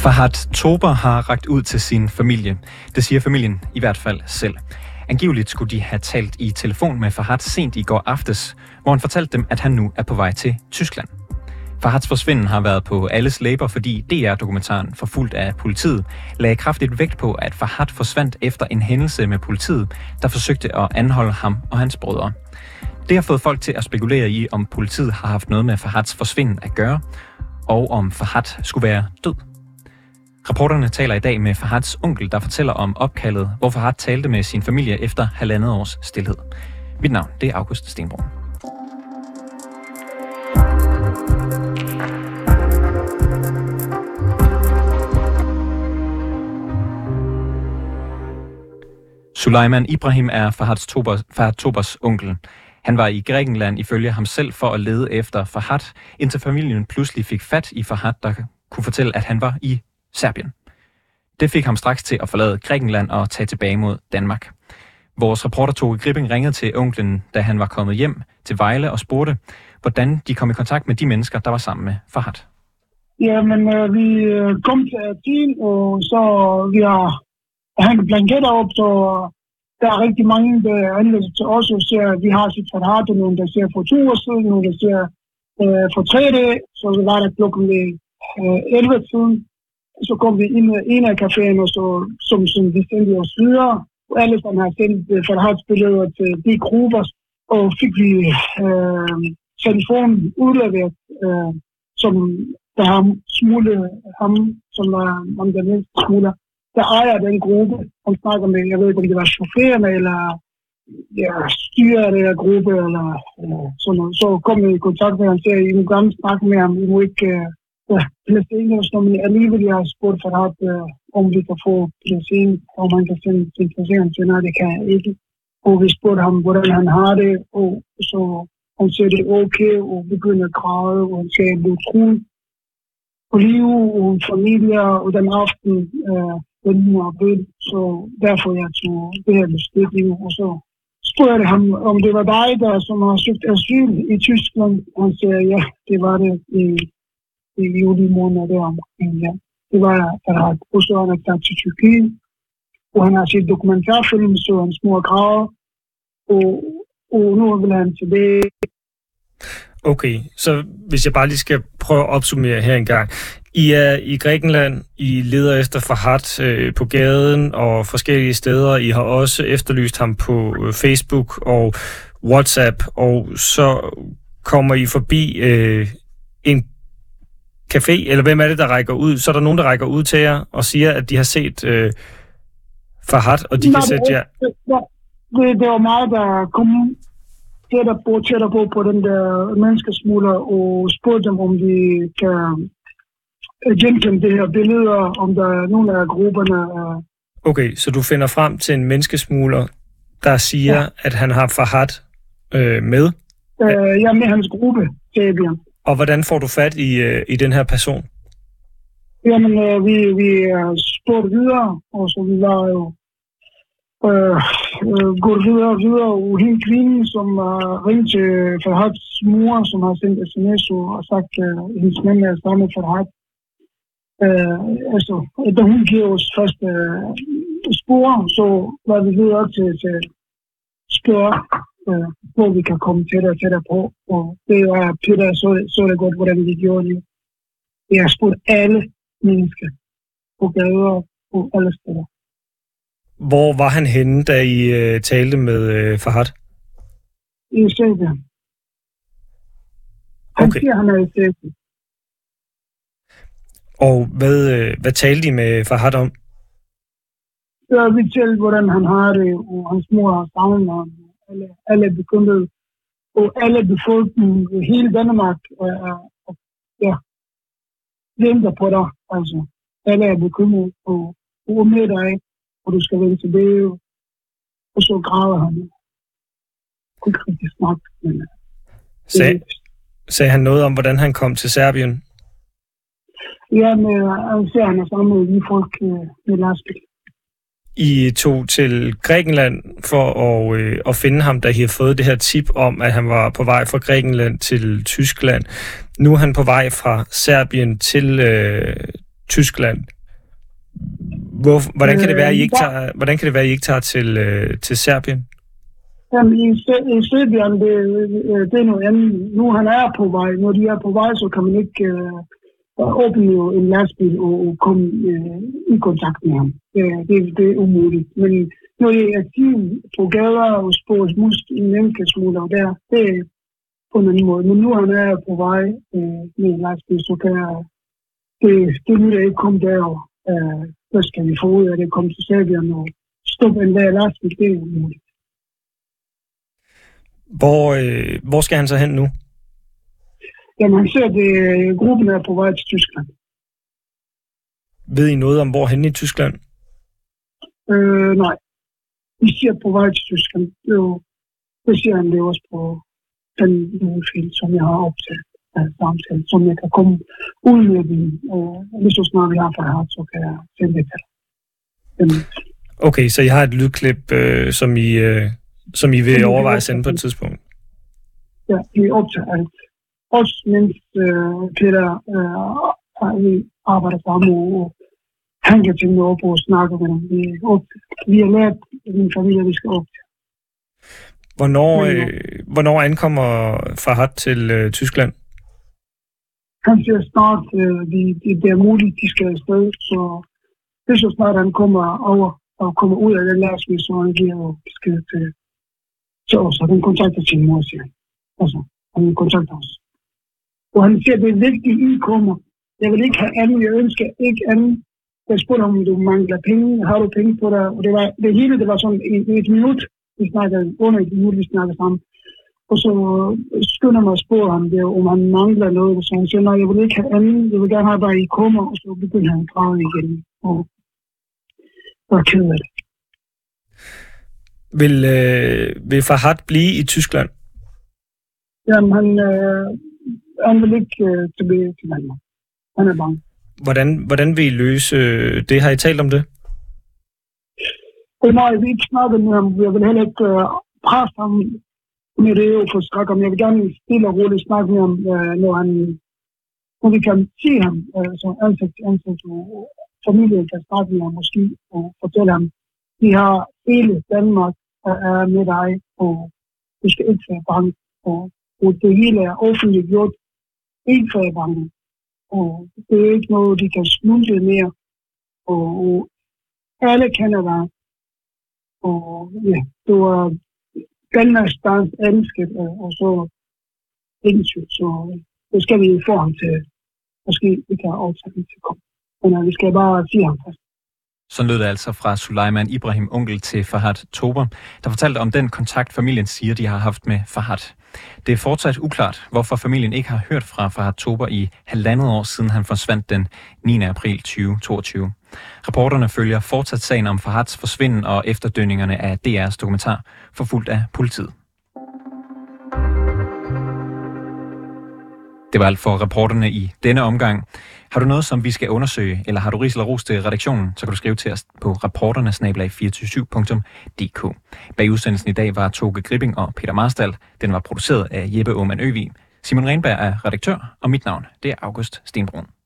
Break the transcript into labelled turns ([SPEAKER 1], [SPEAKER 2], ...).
[SPEAKER 1] Farhad Tober har rakt ud til sin familie. Det siger familien i hvert fald selv. Angiveligt skulle de have talt i telefon med Farhad sent i går aftes, hvor han fortalte dem, at han nu er på vej til Tyskland. Farhads forsvinden har været på alles læber, fordi DR-dokumentaren Forfulgt af politiet lagde kraftigt vægt på, at Farhad forsvandt efter en hændelse med politiet, der forsøgte at anholde ham og hans brødre. Det har fået folk til at spekulere i, om politiet har haft noget med Farhads forsvinden at gøre, og om Farhad skulle være død. Reporterne taler i dag med Farhads onkel, der fortæller om opkaldet, hvor Farhad talte med sin familie efter 1,5 års stilhed. Mit navn, det er August Stenbrun. Sulaiman Ibrahim er Farhad Tobers onkel. Han var i Grækenland ifølge ham selv for at lede efter Farhad, indtil familien pludselig fik fat i Farhad, der kunne fortælle, at han var i Serbien. Det fik ham straks til at forlade Grækenland og tage tilbage mod Danmark. Vores reporter Tove Gripping ringede til onklen, da han var kommet hjem til Vejle og spurgte, hvordan de kom i kontakt med de mennesker, der var sammen med Farhad.
[SPEAKER 2] Jamen, vi kom til Athen, og så vi har hængt blanketter op, så der er rigtig mange, der anmelder til os og siger, at vi har set Farhad, og nogen, der siger for 2 år siden, nogen, der siger for 3 dage, så var der klokken 11 siden. Så kom vi ind i en af caféen, og så, som vi sendte os videre. Og alle sammen har sendt Farhads billeder til de grupper, og fik vi telefonen udleveret, som der har smuglet ham, som var den mindste smugler. Der ejer den gruppe, han snakker med, jeg ved ikke, om det var chaufførerne, eller styrer af den her gruppe, eller sådan noget. Så kom vi i kontakt med ham, og sagde, I må gerne snakke med ham, I må ikke placering, men alligevel jeg har spurgt Farhad, om vi kan få placering, og man kan sende sin placering til, nej, det kan jeg ikke. Og vi spurgte ham, hvordan han har det, og så han siger, det er okay, og begynder at græde, og han siger, at det er truet på liv, og familie, og den aften, den 9. april, så derfor jeg tog det her beslutning, og så spurgte jeg ham, om det var dig, der som har søgt asyl i Tyskland, og han siger, ja, det var det i juli måned der omkring, ja. Det var Farhad, og så han er taget til Tyrkiet, og han har set dokumentarfilm, så hans mor græder, og nu vil han tilbage.
[SPEAKER 3] Okay, så hvis jeg bare lige skal prøve at opsummere her en gang. I er i Grækenland, I leder efter Farhad på gaden og forskellige steder. I har også efterlyst ham på Facebook og WhatsApp, og så kommer I forbi en café, eller hvem er det, der rækker ud? Så er der nogen, der rækker ud til jer og siger, at de har set Farhad, og de kan sætte jer...
[SPEAKER 2] Det var mig, der kom tættere på den der menneskesmugler og spurgte dem, om de kan genkende det her billeder, om der er nogle af grupperne.
[SPEAKER 3] Okay, så du finder frem til en menneskesmugler, der siger, at han har Farhad med?
[SPEAKER 2] Ja, med hans gruppe, Serbien.
[SPEAKER 3] Og hvordan får du fat i den her person?
[SPEAKER 2] Jamen, vi spurgte videre, og så vi var jo gået videre, og hende kvinden, som ringte til Farhads mor, som har sendt sms og sagt, at hendes mand er sammen med Farhad. Da hun giver os første spor, så var vi videre til spørge, hvor vi kan komme tættere på. Og det var Peter, så det godt, hvordan vi gjorde det. Jeg har spurgt alle mennesker på gader og alle steder.
[SPEAKER 3] Hvor var han henne, da I talte med Farhad?
[SPEAKER 2] I Serbien. Han siger, han er i Serbien.
[SPEAKER 3] Og hvad talte I med Farhad om?
[SPEAKER 2] Ja, vi talte, hvordan han har det, og hans mor har savnet ham. Alle er bekymrede, og alle befolkningen i hele Danmark venter på dig. Altså, alle er bekymrede, og med dig, og du skal vende tilbage, og så græder han. Jeg kunne ikke rigtig snakke, men...
[SPEAKER 3] Sagde han noget om, hvordan han kom til Serbien?
[SPEAKER 2] Ja, men han ser, han er sammen med de folk med lastbil.
[SPEAKER 3] I tog til Grækenland for at finde ham, da I havde fået det her tip om, at han var på vej fra Grækenland til Tyskland. Nu er han på vej fra Serbien til Tyskland. Hvordan kan det være, at I ikke tager til Serbien?
[SPEAKER 2] Jamen, i Serbien, det er noget andet. Nu han er på vej. Når de er på vej, så kan man ikke åbne en lastbil og komme i kontakt med ham. Det er umuligt. Men når det er team på gader og spores must i menneskesmugler, det er på en anden måde. Men nu han er på vej med en lastbil, så kan det nu der ikke komme derover. Så skal vi få ud af det, komme til Serbien og stoppe en hver lastbil. Det er umuligt.
[SPEAKER 3] Hvor skal han så hen nu?
[SPEAKER 2] Jamen, han ser, at gruppen er på vej til Tyskland.
[SPEAKER 3] Ved I noget om, hvor hen i Tyskland?
[SPEAKER 2] Nej. Vi siger på vej til Tyskland. Det siger han det også på den film, som jeg har optaget samtale, som jeg kan komme ud med den. Hvis så snart vi har forhørt, så kan jeg sende det til.
[SPEAKER 3] Okay, så I har et lydklip, som I vil overveje at sende på et tidspunkt?
[SPEAKER 2] Ja, vi optager alt. Også mens Peter vi arbejder sammen og han kan tænke op og snakke med dem. Vi har lært min familie, at vi skal optage.
[SPEAKER 3] Hvornår ankommer Farhad til Tyskland?
[SPEAKER 2] Han siger snart, det er muligt, de skal afsted, så det er så snart, han kommer over og kommer ud af den lastbil, så han giver besked til os, og han kontakter sin mor, siger han. Altså, han kontakter os. Og han siger, det er vigtigt, I kommer. Jeg vil ikke have andet, jeg ønsker ikke andet. Jeg spurgte om du mangler penge, har du penge på dig? Og det hele, det var sådan et minut, vi snakkede, under et minut, vi snakkede sammen. Og så skynder mig at spørge ham, om han mangler noget, så han siger, nej, jeg vil ikke have andet, jeg vil gerne have, at I kommer, og så begynder han at drage igen, og er ked af det.
[SPEAKER 3] Vil Farhad blive i Tyskland?
[SPEAKER 2] Jamen, han vil ikke tilbage til Danmark. Han er bange.
[SPEAKER 3] Hvordan vil I løse det? Har I talt om det?
[SPEAKER 2] Nej, vi ikke snakket med ham. Jeg vil heller ikke presse ham med det og få skræk om. Jeg vil gerne stille og roligt snakke med ham, når vi kan se ham så ansigt til ansigt, og familien kan snakke med ham måske og fortælle ham, vi har hele Danmark er med dig, og du skal ikke være bange. Og det hele er offentligt gjort, ikke være bange. Og det er ikke noget, de kan snuse mere. Og alle kender dig. Og ja, du er Danmarks dans elsket, og så indsigt. Så det skal vi få ham til. Måske vi kan afsætte til at komme. Men vi skal bare sige ham først.
[SPEAKER 1] Så lød det altså fra Sulaiman Ibrahim, onkel til Farhad Tober, der fortalte om den kontakt, familien siger, de har haft med Farhad. Det er fortsat uklart, hvorfor familien ikke har hørt fra Farhad Tober i 1,5 år, siden han forsvandt den 9. april 2022. Reporterne følger fortsat sagen om Farhads forsvinden og efterdønningerne af DR's dokumentar, forfulgt af politiet. Det var alt for reporterne i denne omgang. Har du noget, som vi skal undersøge, eller har du ris eller ros til redaktionen, så kan du skrive til os på reporterne@247.dk. Bag udsendelsen i dag var Toge Gripping og Peter Marstal. Den var produceret af Jeppe Aumann Øvig. Simon Renberg er redaktør, og mit navn det er August Stenbrun.